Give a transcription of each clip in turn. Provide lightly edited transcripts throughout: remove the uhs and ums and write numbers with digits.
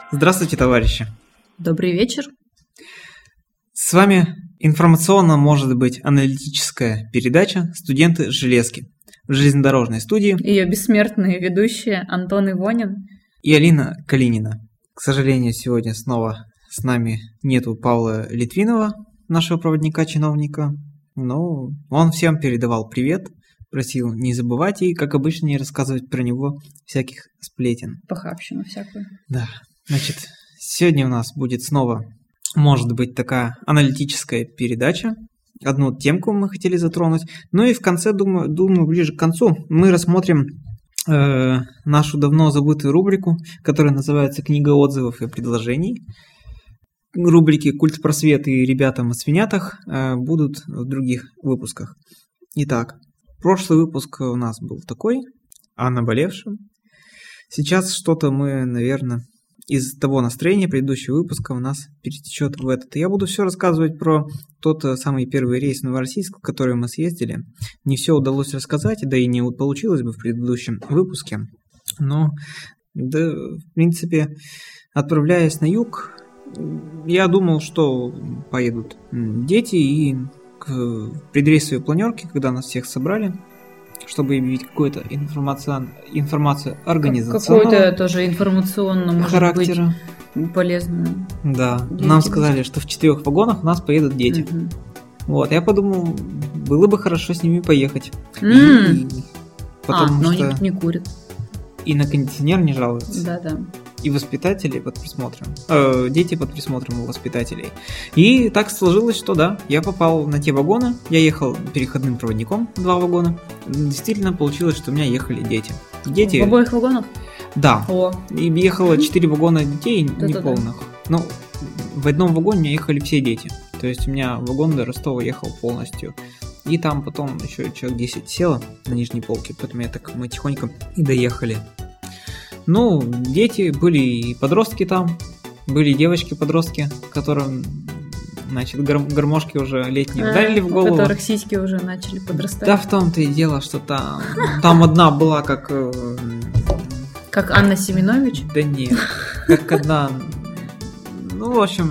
Здравствуйте, товарищи. Добрый вечер. С вами информационно, может быть, аналитическая передача «Студенты железки» в железнодорожной студии. Ее бессмертные ведущие Антон Ивонин и Алина Калинина. К сожалению, сегодня снова с нами нету Павла Литвинова, нашего проводника-чиновника. Но он всем передавал привет, просил не забывать и, как обычно, не рассказывать про него всяких сплетен. Похабщину всякую. Да, значит, сегодня у нас будет снова, может быть, такая аналитическая передача. Одну темку мы хотели затронуть. Ну и в конце, думаю, ближе к концу, мы рассмотрим нашу давно забытую рубрику, которая называется «Книга отзывов и предложений». Рубрики «Культ просвет» и «Ребята о свинятах» будут в других выпусках. Итак, прошлый выпуск у нас был такой, о наболевшем. Сейчас что-то мы, наверное, из того настроения предыдущего выпуска у нас перетечет в этот. Я буду все рассказывать про тот самый первый рейс в Новороссийск, в который мы съездили. Не все удалось рассказать, да и не получилось бы в предыдущем выпуске. Но, да, в принципе, отправляясь на юг, я думал, что поедут дети, и к предрейсовой планерке, когда нас всех собрали, чтобы объявить какую-то информацию организационного какую-то тоже информационно, может характера. Быть, полезную. Да, нам сказали, что в 4 вагонах у нас поедут дети. Угу. Вот, я подумал, было бы хорошо с ними поехать. Но они тут не курят. И на кондиционер не жалуются. Да. И воспитатели под присмотром. Дети под присмотром у воспитателей. И так сложилось, что да, я попал на те вагоны. Я ехал переходным проводником 2 вагона. Действительно получилось, что у меня ехали дети. В обоих вагонах? Да. И ехало 4 вагона детей неполных. Но в одном вагоне ехали все дети. То есть у меня вагон до Ростова ехал полностью. И там потом еще человек 10 село на нижней полке. Поэтому мы тихонько и доехали. Ну, дети, были и подростки там, были и девочки-подростки, которым, значит, гармошки уже летние ударили в голову. У которых сиськи уже начали подрастать. Да, в том-то и дело, что там одна была как... Как Анна Семенович? Да нет, как одна... Ну, в общем,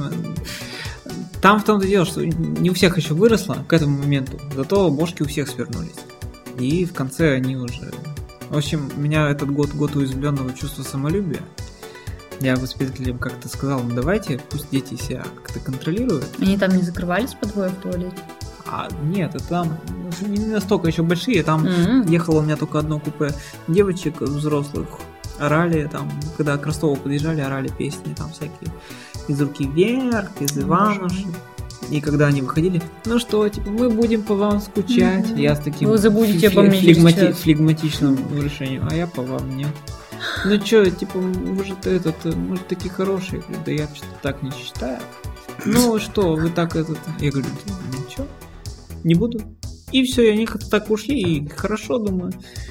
там в том-то и дело, что не у всех еще выросло к этому моменту, зато бошки у всех свернулись. И в конце они уже... В общем, у меня этот год уязвленного чувства самолюбия. Я воспитателям как-то сказал, давайте, пусть дети себя как-то контролируют. Они там не закрывались по двое в туалете? Нет, это там не настолько еще большие. Там ехало у меня только одно купе девочек взрослых. Орали там, когда к Ростову подъезжали, орали песни там всякие. Из руки вверх, из Иванушек. И когда они выходили, ну что, типа, мы будем по вам скучать. Я с таким вы забудете обо мне флегматичным решением, а я по вам нет. Ну что, типа, вы же может, такие хорошие. Я говорю, да я что-то так не считаю. Ну что, вы так Я говорю, ничего, не буду. И все, и они как-то так ушли, и хорошо, думаю.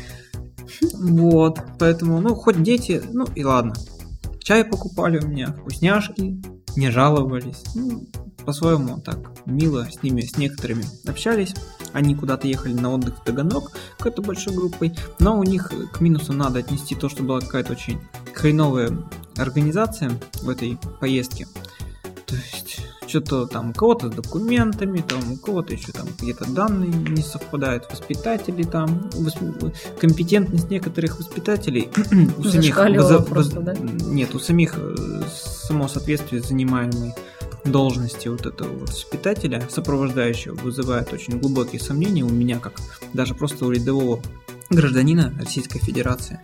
Вот, поэтому, хоть дети, и ладно. Чай покупали у меня, вкусняшки, не жаловались. По-своему так мило с ними, с некоторыми общались. Они куда-то ехали на отдых в Таганрог какой-то большой группой. Но у них к минусу надо отнести то, что была какая-то очень хреновая организация в этой поездке. То есть что-то там у кого-то с документами, там у кого-то еще там где-то данные не совпадают, воспитатели там, компетентность некоторых воспитателей у самих да? Нет, у самих само соответствие занимаемой должности вот этого воспитателя, сопровождающего, вызывает очень глубокие сомнения у меня, как даже просто у рядового гражданина Российской Федерации.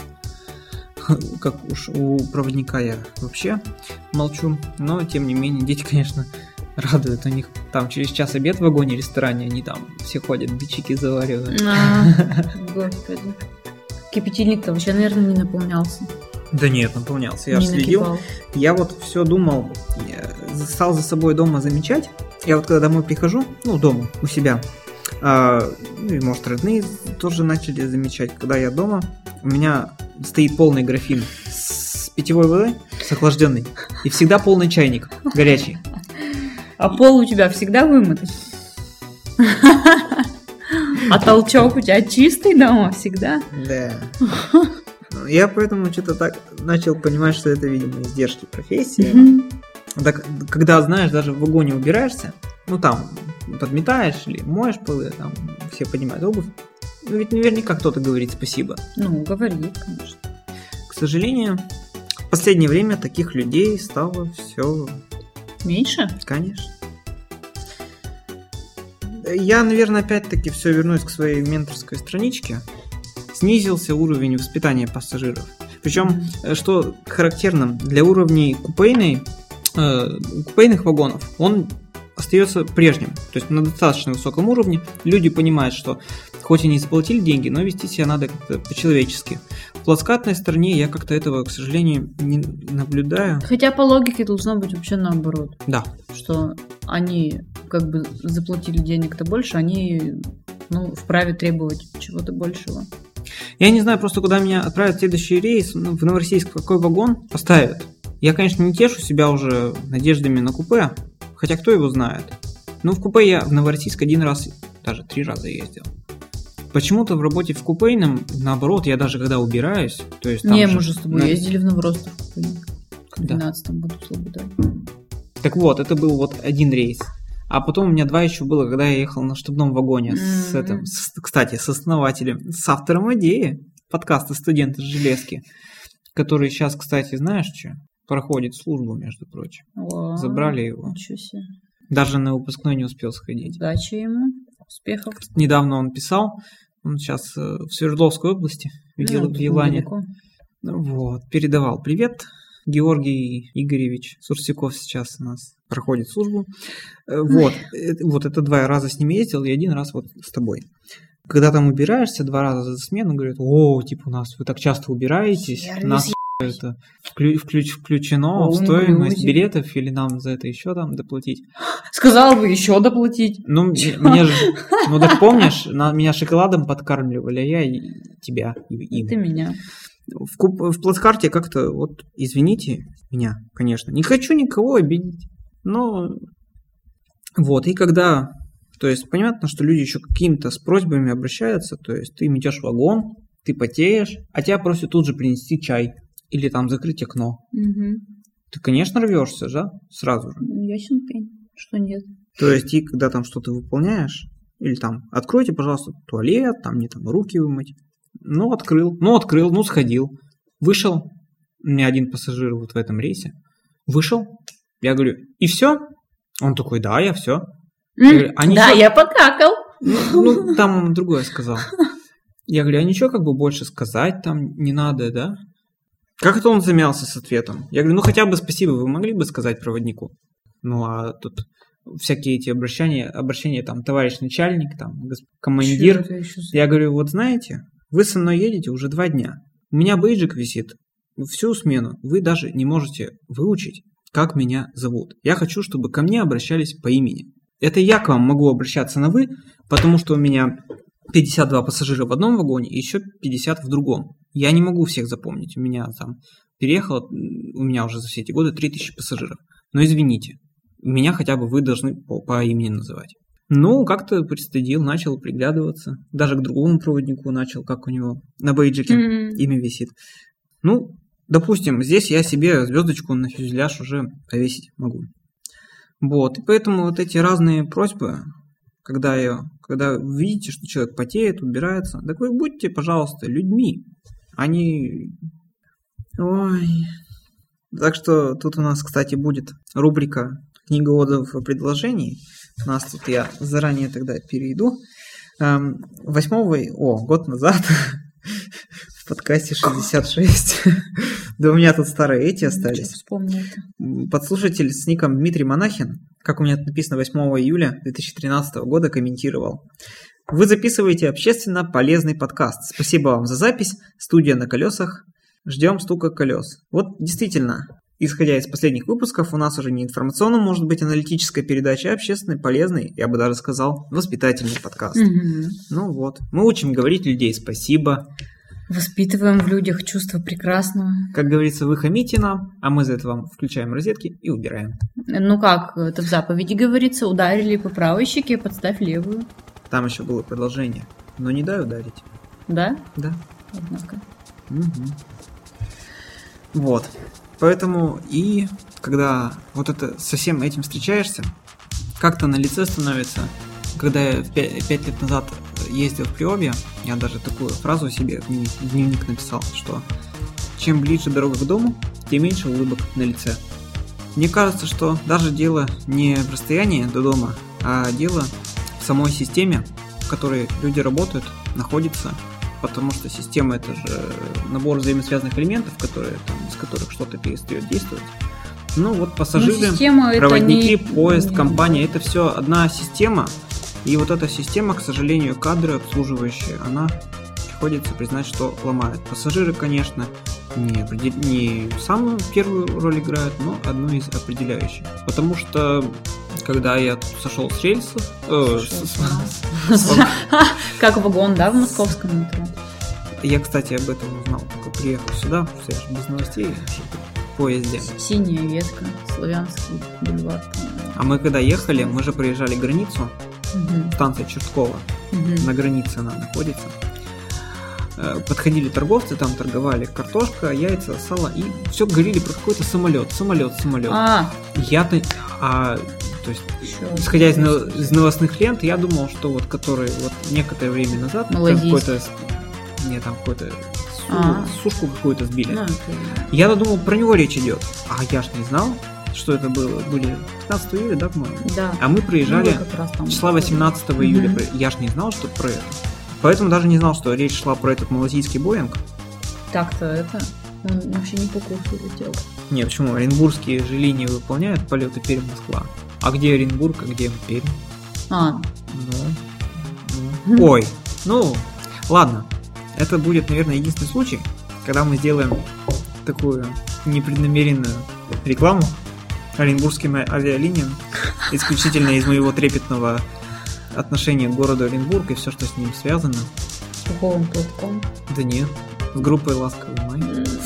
Как уж у проводника я вообще молчу, но тем не менее дети, конечно, радуют. У них там через час обед в вагоне-ресторане, они там все ходят, бичики заваривают. Господи. Кипятильник-то вообще, наверное, не наполнялся. Да нет, наполнялся. Я следил. Накипал. Я все думал, стал за собой дома замечать. Я когда домой прихожу, дома, у себя, и, может, родные тоже начали замечать, когда я дома, у меня стоит полный графин с питьевой водой, с охлажденной, и всегда полный чайник, горячий. А пол у тебя всегда вымытый? А толчок у тебя чистый дома всегда? Да. Я поэтому что-то так начал понимать, что это, видимо, издержки профессии. Так, когда, знаешь, даже в вагоне убираешься, ну там подметаешь или моешь полы, там все поднимают обувь, ну ведь наверняка кто-то говорит спасибо. Ну, говорит, конечно. К сожалению, в последнее время таких людей стало все... Меньше? Конечно. Я, наверное, опять-таки все вернусь к своей менторской страничке. Снизился уровень воспитания пассажиров. Причем, что характерно, для уровней купейных вагонов он остается прежним. То есть на достаточно высоком уровне люди понимают, что хоть и не заплатили деньги, но вести себя надо как-то по-человечески. В плацкартной стороне я как-то этого, к сожалению, не наблюдаю. Хотя по логике должно быть вообще наоборот. Да. Что они как бы заплатили денег-то больше, они вправе требовать чего-то большего. Я не знаю, просто куда меня отправят в следующий рейс, в Новороссийск какой вагон поставят. Я, конечно, не тешу себя уже надеждами на купе, хотя кто его знает. Но в купе я в Новороссийск 1 раз, даже 3 раза ездил. Почему-то в работе в купейном, наоборот, я даже когда убираюсь, то есть там не, мы же с тобой ездили в Новоростов в 12-м году, да. Так вот, это был вот 1 рейс. А потом у меня 2 еще было, когда я ехал на штабном вагоне кстати, с основателем, с автором идеи подкаста «Студенты с железки», который сейчас, кстати, знаешь что? Проходит службу, между прочим. Забрали его. Ничего себе. Даже на выпускной не успел сходить. Удачи ему, успехов. Недавно он писал, он сейчас в Свердловской области, в Елане. Вот, передавал привет. Георгий Игоревич Сурсяков сейчас у нас проходит службу. Вот это 2 раза с ним ездил, и 1 раз вот с тобой. Когда там убираешься 2 раза за смену, говорят, у нас вы так часто убираетесь, нас это включено в стоимость билетов, или нам за это еще там доплатить? Сказал бы еще доплатить. Ну, мне же, так помнишь, меня шоколадом подкармливали, а я и тебя, и им. Ты меня. В плацкарте как-то, вот, извините меня, конечно, не хочу никого обидеть, но вот, и когда, то есть, понятно, что люди еще какими-то с просьбами обращаются, то есть, ты метешь вагон, ты потеешь, а тебя просят тут же принести чай или там закрыть окно. Угу. Ты, конечно, рвешься, да, сразу же. Ясен пень, что нет. То есть, и когда там что-то выполняешь, или там, откройте, пожалуйста, туалет, там мне там руки вымыть. Открыл, сходил. Вышел, у меня 1 пассажир вот в этом рейсе. Вышел, я говорю, и все? Он такой, да, я все. Я покакал. Там он другое сказал. Я говорю, а ничего как бы больше сказать там не надо, да? Как это он замялся с ответом? Я говорю, хотя бы спасибо вы могли бы сказать проводнику? А тут всякие эти обращения там, товарищ начальник, там, командир. Я говорю, вот знаете, вы со мной едете уже 2 дня. У меня бейджик висит всю смену. Вы даже не можете выучить, как меня зовут. Я хочу, чтобы ко мне обращались по имени. Это я к вам могу обращаться на «вы», потому что у меня 52 пассажира в одном вагоне и еще 50 в другом. Я не могу всех запомнить. У меня там переехало, у меня уже за все эти годы 3000 пассажиров. Но извините, меня хотя бы вы должны по имени называть. Как-то пристыдил, начал приглядываться. Даже к другому проводнику начал, как у него на бейджике имя висит. Допустим, здесь я себе звездочку на фюзеляж уже повесить могу. Вот, и поэтому вот эти разные просьбы, когда вы видите, что человек потеет, убирается, так вы будьте, пожалуйста, людьми. Так что тут у нас, кстати, будет рубрика «Книга отзывов о предложении». У нас тут я заранее тогда перейду. 8 год назад в подкасте 66. Да у меня тут старые эти остались. Вспомнил это. Подслушатель с ником Дмитрий Монахин, как у меня написано 8 июля 2013 года, комментировал. Вы записываете общественно полезный подкаст. Спасибо вам за запись. Студия на колесах. Ждем стука колес. Вот действительно, исходя из последних выпусков, у нас уже не информационно может быть аналитическая передача, а общественный, полезный, я бы даже сказал, воспитательный подкаст. Мы учим говорить людей спасибо. Воспитываем в людях чувство прекрасного. Как говорится, вы хамите нам, а мы за это вам включаем розетки и убираем. Это в заповеди говорится, ударили по правой щеке, подставь левую. Там еще было продолжение, но не дай ударить. Да? Да. Однако. Угу. Вот. Поэтому и когда вот это со всем этим встречаешься, как-то на лице становится. Когда я 5 лет назад ездил в Приобье, я даже такую фразу себе в дневник написал, что чем ближе дорога к дому, тем меньше улыбок на лице. Мне кажется, что даже дело не в расстоянии до дома, а дело в самой системе, в которой люди работают, находится, потому что система — это же набор взаимосвязанных элементов, из которых что-то перестает действовать. Ну вот пассажиры, проводники, поезд, компания — это все одна система. И вот эта система, к сожалению, кадры обслуживающие, она приходится признать, что ломает. Пассажиры, конечно, не самую первую роль играют, но одну из определяющих. Потому что, когда я тут сошел с рельсов... Как вагон, да, в московском метро? Я, кстати, об этом узнал, только приехал сюда, потому что я же без новостей в поезде. Синяя ветка, Славянский бульвар. А мы когда ехали, мы же проезжали границу, станция Черткова, на границе она находится. Подходили торговцы, там торговали картошка, яйца, сало, и все говорили про какой-то самолет. То есть, исходя из новостных лент, я думал, что вот который вот некоторое время назад сушку какую-то сбили. Я думал, про него речь идет. А я ж не знал, что это были 15 июля, да, по-моему? Да. А мы проезжали числа 18 июля. Я ж не знал, что про это. Поэтому даже не знал, что речь шла про этот малазийский Боинг. Так-то это... Он вообще не по курсу летел. Не, почему? Оренбургские же линии выполняют полеты Пермь-Москва. А где Оренбург, а где Пермь? Ой, ладно. Это будет, наверное, единственный случай, когда мы сделаем такую непреднамеренную рекламу оренбургским авиалиниям, исключительно из моего трепетного отношения к городу Оренбург и все, что с ним связано. С пуховым платком? Да нет, с группой «Ласковый май».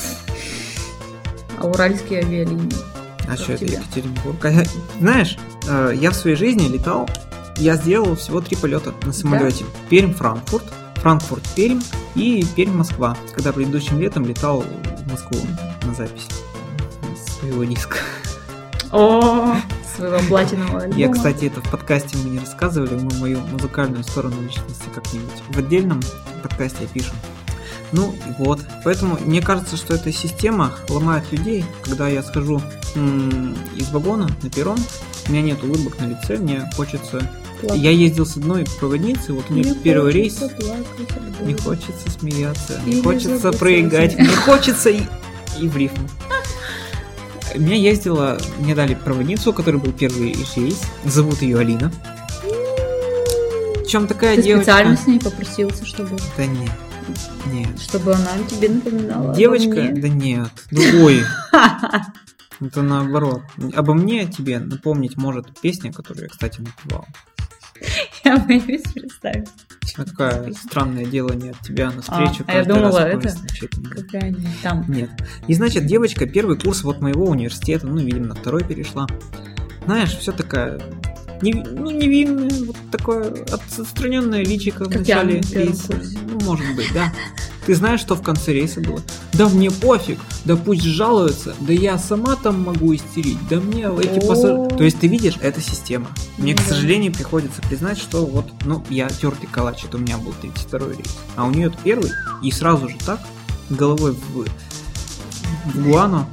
А уральские авиалинии? А что это Екатеринбург? Знаешь, я в своей жизни летал, я сделал всего 3 полета на самолете. Да? Пермь-Франкфурт, Франкфурт-Пермь и Пермь-Москва. Когда предыдущим летом летал в Москву на запись своего диска. О, своего платинового альбома. Я, кстати, это в подкасте мы не рассказывали, мы мою музыкальную сторону личности как-нибудь в отдельном подкасте опишем. Ну вот, поэтому мне кажется, что эта система ломает людей. Когда я схожу из вагона на перрон, у меня нет улыбок на лице, мне хочется... Я ездил с одной проводницей, вот у нее первый рейс, не хочется смеяться, не хочется прыгать, мне хочется и в рифму. Мне дали проводницу, у которой был первый рейс, зовут ее Алина. Причем такая девочка... Ты специально с ней попросился, чтобы... Да нет. Чтобы она тебе напоминала. Девочка? Да нет. Ой. Это наоборот. Обо мне тебе напомнить может песня, которую я, кстати, напевал. Я боюсь представить. Такое странное делание от тебя навстречу. Я думала, это какая-нибудь там. Нет. И значит, девочка, первый курс вот моего университета, видимо, на второй перешла. Знаешь, все такая невинная, вот такое отстраненное личико в начале рейса. Может быть, да. Ты знаешь, что в конце рейса было? Да мне пофиг, да пусть жалуются, да я сама там могу истерить, да мне эти пассажиры... То есть ты видишь, это система. Мне, к сожалению, приходится признать, что вот, я тертый калач, это у меня был 32-й рейс, а у нее это первый, и сразу же так, головой в гуану.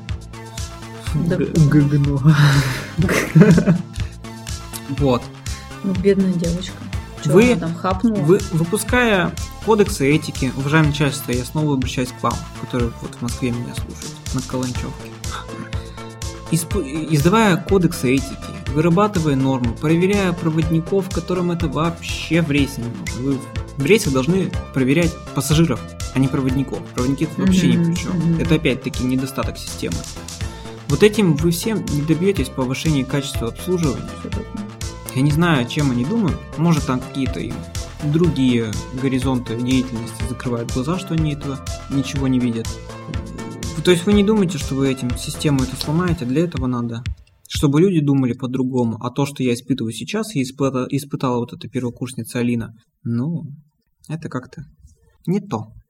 Вот. Бедная девочка. Вы, выпуская кодексы этики, уважаемое начальство, я снова обращаюсь к вам, которые вот в Москве меня слушают, на Каланчевке. Издавая кодексы этики, вырабатывая нормы, проверяя проводников, которым это вообще в рейсе не нужно. Вы в рейсах должны проверять пассажиров, а не проводников. Проводники тут вообще ни при чем. Это опять-таки недостаток системы. Вот этим вы всем не добьетесь повышения качества обслуживания. Я не знаю, чем они думают. Может, там какие-то другие горизонты деятельности закрывают глаза, что они этого ничего не видят. То есть вы не думаете, что вы этим систему эту сломаете, для этого надо, чтобы люди думали по-другому. А то, что я испытываю сейчас, и испытала вот эта первокурсница Алина, это как-то не то.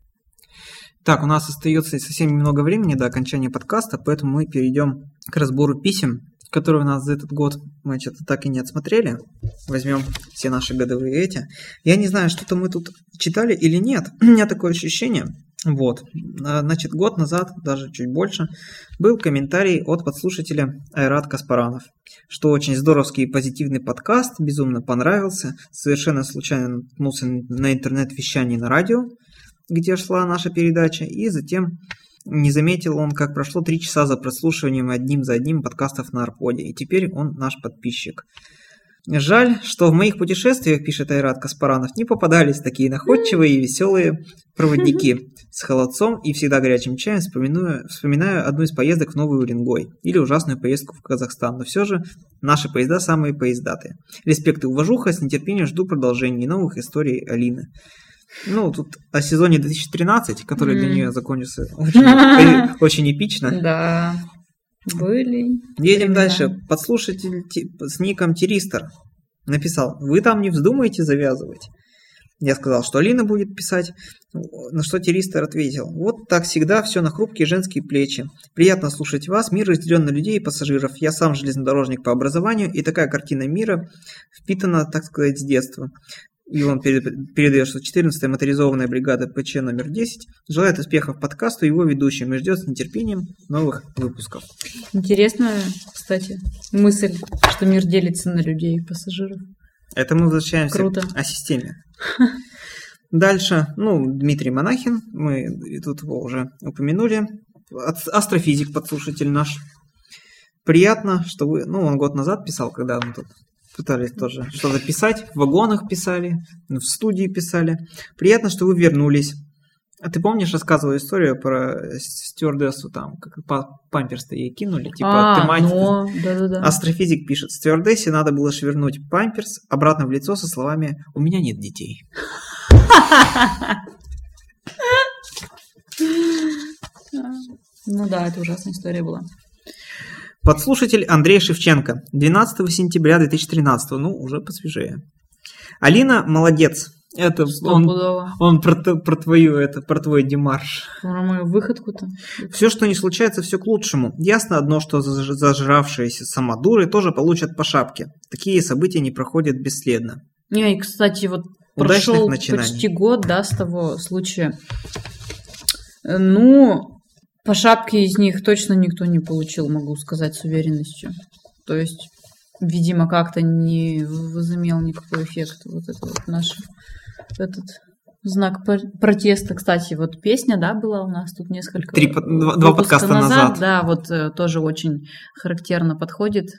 Так, у нас остается совсем немного времени до окончания подкаста, поэтому мы перейдем к разбору писем, которые у нас за этот год мы что-то так и не отсмотрели. Возьмем все наши годовые эти. Я не знаю, что-то мы тут читали или нет. У меня такое ощущение. Вот. Значит, год назад, даже чуть больше, был комментарий от подслушателя Айрат Каспаранов, что очень здоровский и позитивный подкаст, безумно понравился. Совершенно случайно наткнулся на интернет-вещание на радио, где шла наша передача, и затем не заметил он, как прошло 3 часа за прослушиванием одним за одним подкастов на Арподе, и теперь он наш подписчик. Жаль, что в моих путешествиях, пишет Айрат Каспаранов, не попадались такие находчивые и веселые проводники. С холодцом и всегда горячим чаем вспоминаю одну из поездок в Новый Уренгой или ужасную поездку в Казахстан, но все же наши поезда самые поездатые. Респект и уважуха, с нетерпением жду продолжения новых историй Алины. Ну, тут о сезоне 2013, который для нее закончился очень эпично. Да, были. Едем дальше. Подслушатель с ником Тиристер написал: «Вы там не вздумаете завязывать?» Я сказал, что Алина будет писать, на что Тиристер ответил: «Вот так всегда, все на хрупкие женские плечи. Приятно слушать вас, мир разделен на людей и пассажиров. Я сам железнодорожник по образованию, и такая картина мира впитана, так сказать, с детства». И он передает, что 14-я моторизованная бригада ПЧ номер 10 желает успехов подкасту и его ведущим и ждет с нетерпением новых выпусков. Интересная, кстати, мысль, что мир делится на людей и пассажиров. Это мы возвращаемся Круто. О системе. Дальше, Дмитрий Монахин, мы тут его уже упомянули. Астрофизик, подслушатель наш. Приятно, что вы... он год назад писал, когда мы тут пытались тоже что-то писать, в вагонах писали, в студии писали. Приятно, что вы вернулись. А ты помнишь, рассказывала историю про стюардессу, там, как памперс-то ей кинули? Типа, ты мать... Да. Астрофизик пишет: стюардессе надо было швырнуть памперс обратно в лицо со словами: «У меня нет детей». Ну да, это ужасная история была. Подслушатель Андрей Шевченко. 12 сентября 2013. Уже посвежее. Алина молодец. Это он про твой демарш. Про мою выходку-то. Все, что не случается, все к лучшему. Ясно одно, что зажравшиеся самодуры тоже получат по шапке. Такие события не проходят бесследно. И, кстати, вот прошел почти год, с того случая. По шапке из них точно никто не получил, могу сказать с уверенностью. То есть, видимо, как-то не возымел никакой эффект вот этот знак протеста. Кстати, вот песня, была у нас тут несколько... Два подкаста назад. Да, вот тоже очень характерно подходит.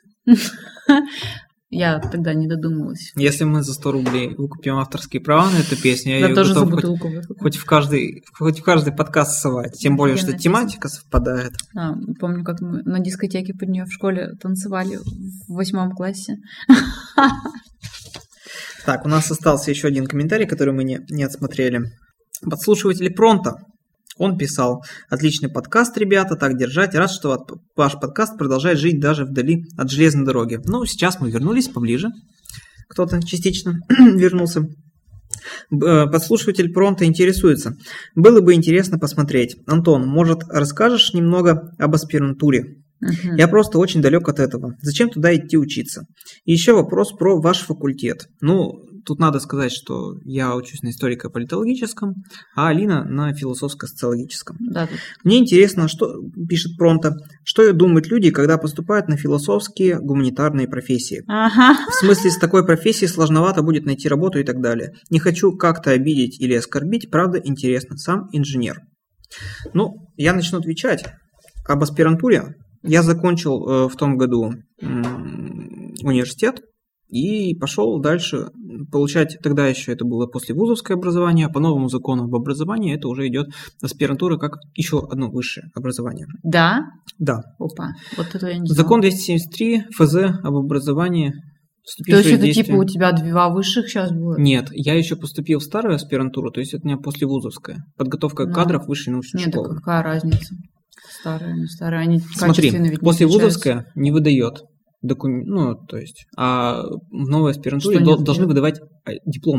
Я тогда не додумалась. Если мы за 100 рублей выкупим авторские права на эту песню, я тоже за бутылку хоть в каждый подкаст ссылать. Тем более, что тематика совпадает. Помню, как мы на дискотеке под нее в школе танцевали в 8 классе. Так, у нас остался еще один комментарий, который мы не отсмотрели. Подслушиватель Пронто. Он писал: «Отличный подкаст, ребята, так держать. Рад, что ваш подкаст продолжает жить даже вдали от железной дороги». Сейчас мы вернулись поближе. Кто-то частично вернулся. Подслушиватель Пронто интересуется: было бы интересно посмотреть. Антон, может, расскажешь немного об аспирантуре? Я просто очень далек от этого. Зачем туда идти учиться? И еще вопрос про ваш факультет. Тут надо сказать, что я учусь на историко-политологическом, а Алина на философско-социологическом. Да. Мне интересно, что пишет Пронто, что думают люди, когда поступают на философские, гуманитарные профессии. В смысле, с такой профессией сложновато будет найти работу и так далее. Не хочу как-то обидеть или оскорбить, правда интересно, сам инженер. Я начну отвечать об аспирантуре. Я закончил в том году университет и пошел дальше получать, тогда еще это было послевузовское образование, а по новому закону об образовании это уже идет аспирантура как еще одно высшее образование. Да? Да. Опа, вот это я не знала. Закон 273 ФЗ об образовании. То есть это типа у тебя 2 высших сейчас будет? Нет, я еще поступил в старую аспирантуру, то есть это у меня послевузовская. Подготовка кадров высшей научной школы. Нет, какая разница? Старая, не старая, они смотри, качественно ведь послевузовская не выдает документ, а в новой аспирантуре должны выдавать диплом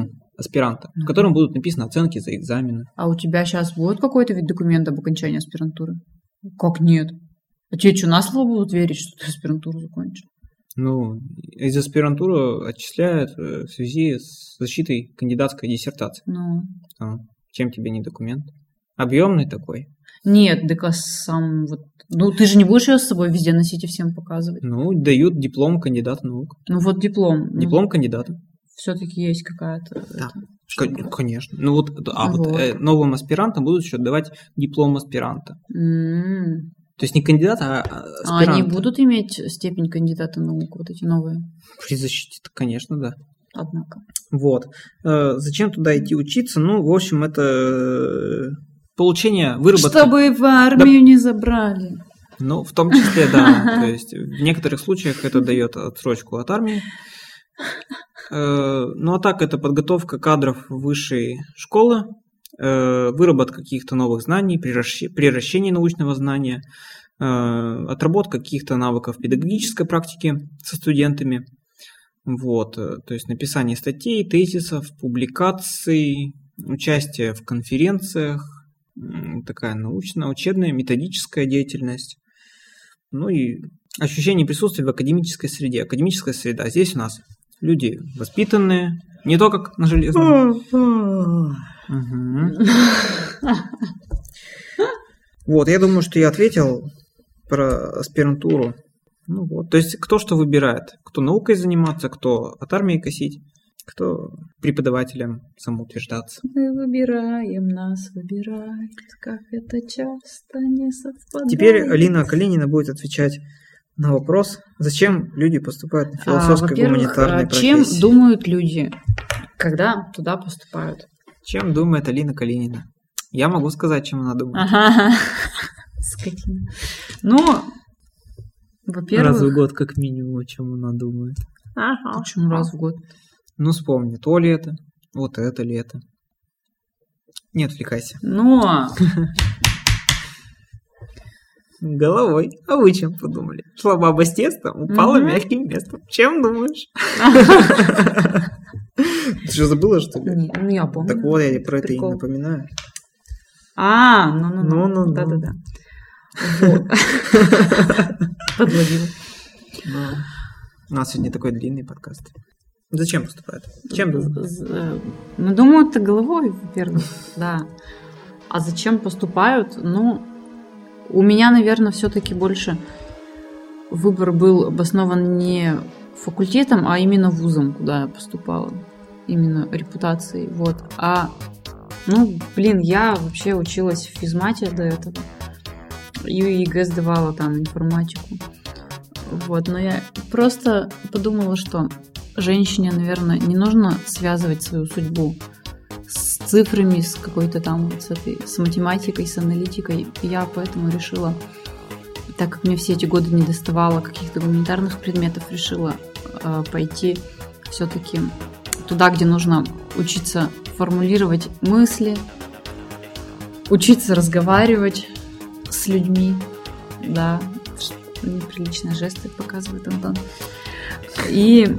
аспиранта, в котором будут написаны оценки за экзамены. А у тебя сейчас будет какой-то вид документа об окончании аспирантуры? Как нет? А тебе что, на слово будут верить, что ты аспирантуру закончил? Ну, из аспирантуры отчисляют в связи с защитой кандидатской диссертации. Ну. Чем тебе не документ? Объемный такой? Нет, так сам вот... Ну, ты же не будешь ее с собой везде носить и всем показывать. Ну, дают диплом кандидата наук. Ну, вот диплом. Диплом кандидата. Все-таки есть какая-то... Да, конечно. Ну, вот новым аспирантам будут еще давать диплом аспиранта. То есть не кандидата, а аспиранта. А они будут иметь степень кандидата наук, вот эти новые? При защите, конечно, да. Однако. Вот. Зачем туда идти учиться? Ну, в общем, это получение выработки... Чтобы в армию не забрали. Ну, в том числе, да. То есть в некоторых случаях это дает отсрочку от армии. Ну, а так это подготовка кадров высшей школы, выработка каких-то новых знаний, приращение научного знания, отработка каких-то навыков педагогической практики со студентами. Вот, то есть написание статей, тезисов, публикаций, участие в конференциях, такая научная, учебная, методическая деятельность. Ну и ощущение присутствия в академической среде. Академическая среда. Здесь у нас люди воспитанные, не то как на железном. Вот, я думаю, что я ответил про аспирантуру. Ну вот, то есть кто что выбирает, кто наукой заниматься, кто от армии косить, кто преподавателем самоутверждаться. Мы выбираем, нас выбирают, как это часто не совпадает. Теперь Алина Калинина будет отвечать на вопрос, зачем люди поступают на философско-гуманитарные профессии. Чем думают люди, когда туда поступают? Чем думает Алина Калинина? Я могу сказать, чем она думает. Ага, скотина. Ну... Во-первых... Раз в год как минимум, о чем она думает. Почему раз в год? Ну, вспомни, то лето, вот это лето. Не отвлекайся. Но... Головой. А вы чем подумали? Шла баба с тестом, упала мягким местом. Чем думаешь? Ты что, забыла, что ли? Нет, ну я помню. Так вот, я про это и не напоминаю. Ну. Да-да-да. Вот. Подловила. У нас сегодня такой длинный подкаст. Зачем поступают? Чем думают? Ну, думаю, это головой, во-первых, да. А зачем поступают? Ну, у меня, наверное, все-таки больше выбор был обоснован не факультетом, а именно вузом, куда я поступала. Именно репутацией. Вот. Я вообще училась в физмате до этого. И ЕГЭ сдавала там информатику. Вот, но я просто подумала, что женщине, наверное, не нужно связывать свою судьбу с цифрами, с какой-то там с математикой, с аналитикой. И я поэтому решила, так как мне все эти годы не доставало каких-то гуманитарных предметов, решила пойти все-таки туда, где нужно учиться формулировать мысли, учиться разговаривать с людьми, да, неприличные жесты показывает Антон. И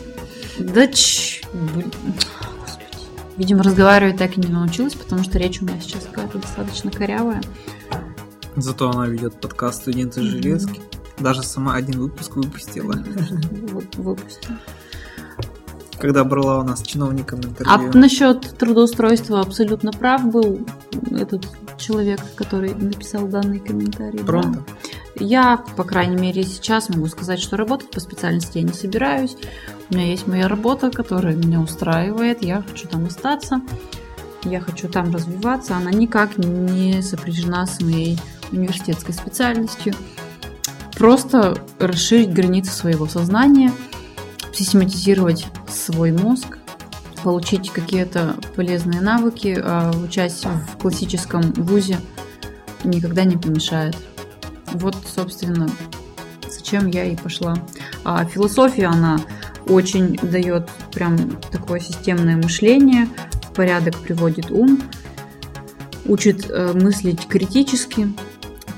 видимо, разговаривать так и не научилась, потому что речь у меня сейчас какая-то достаточно корявая. Зато она ведет подкаст «Студенты железки». Даже сама один выпуск выпустила. Выпустила. Когда брала у нас чиновником интервью. А насчет трудоустройства абсолютно прав был этот человек, который написал данный комментарий. Пронто. Да. Я, по крайней мере, сейчас могу сказать, что работать по специальности я не собираюсь. У меня есть моя работа, которая меня устраивает. Я хочу там остаться. Я хочу там развиваться. Она никак не сопряжена с моей университетской специальностью. Просто расширить границы своего сознания, систематизировать свой мозг, получить какие-то полезные навыки, учась в классическом вузе никогда не помешает. Вот, собственно, зачем я и пошла. А философия, она очень дает прям такое системное мышление, в порядок приводит ум, учит мыслить критически,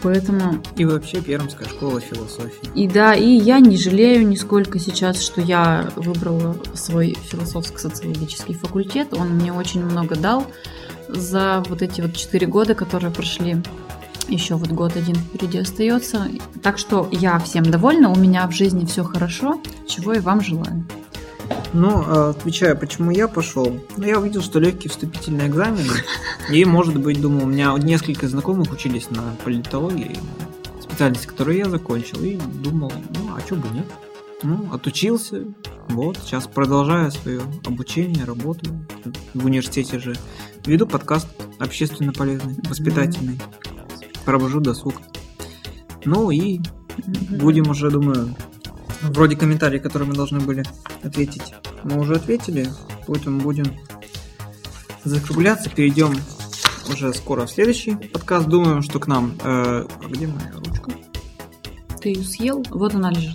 Поэтому... И вообще Пермская школа философии. И да, и я не жалею нисколько сейчас, что я выбрала свой философско-социологический факультет. Он мне очень много дал за вот эти вот 4 года, которые прошли. Еще вот год один впереди остается. Так что я всем довольна, у меня в жизни все хорошо, чего и вам желаю. Ну, отвечая, почему я пошел, я увидел, что легкие вступительные экзамены, и, может быть, думал, у меня несколько знакомых учились на политологии, специальность, которую я закончил, и думал, ну, а чё бы нет? Ну, отучился, вот, сейчас продолжаю свое обучение, работаю. В университете же веду подкаст общественно полезный, воспитательный, провожу досуг. Ну, и будем уже, думаю... Вроде комментарии, которые мы должны были ответить, мы уже ответили, поэтому будем закругляться, перейдем уже скоро в следующий подкаст. Думаю, что к нам... где моя ручка? Ты ее съел? Вот она лежит.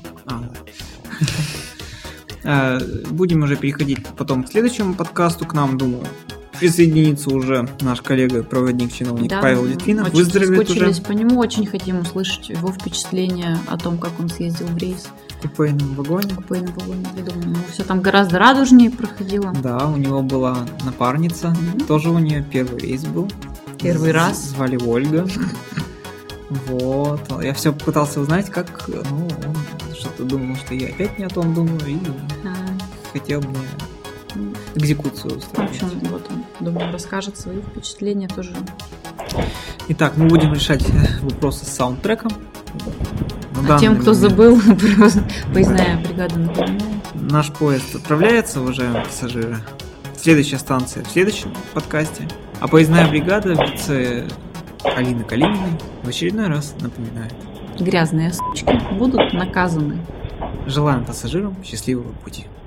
Будем уже переходить потом к следующему подкасту. К нам, думаю, присоединится уже наш коллега-проводник, чиновник Павел Литвинов. Выздоровеет уже. По нему, очень хотим услышать его впечатления о том, как он съездил в рейс. В купейном вагоне. Я думаю, все там гораздо радужнее проходило. Да, у него была напарница. Тоже у нее первый рейс был. Первый раз. Звали Ольга. Вот. Я все пытался узнать, как... Ну, он что-то думал, что я опять не о том думаю. И хотел мне экзекуцию устроить. В общем, вот он, думаю, расскажет свои впечатления тоже. Итак, мы будем решать вопросы с саундтреком. Тем, кто забыл, поездная бригада напоминает. Наш поезд отправляется, уважаемые пассажиры. Следующая станция в следующем подкасте. А поездная бригада в лице Алины Калининой в очередной раз напоминает. Грязные сучки будут наказаны. Желаем пассажирам счастливого пути.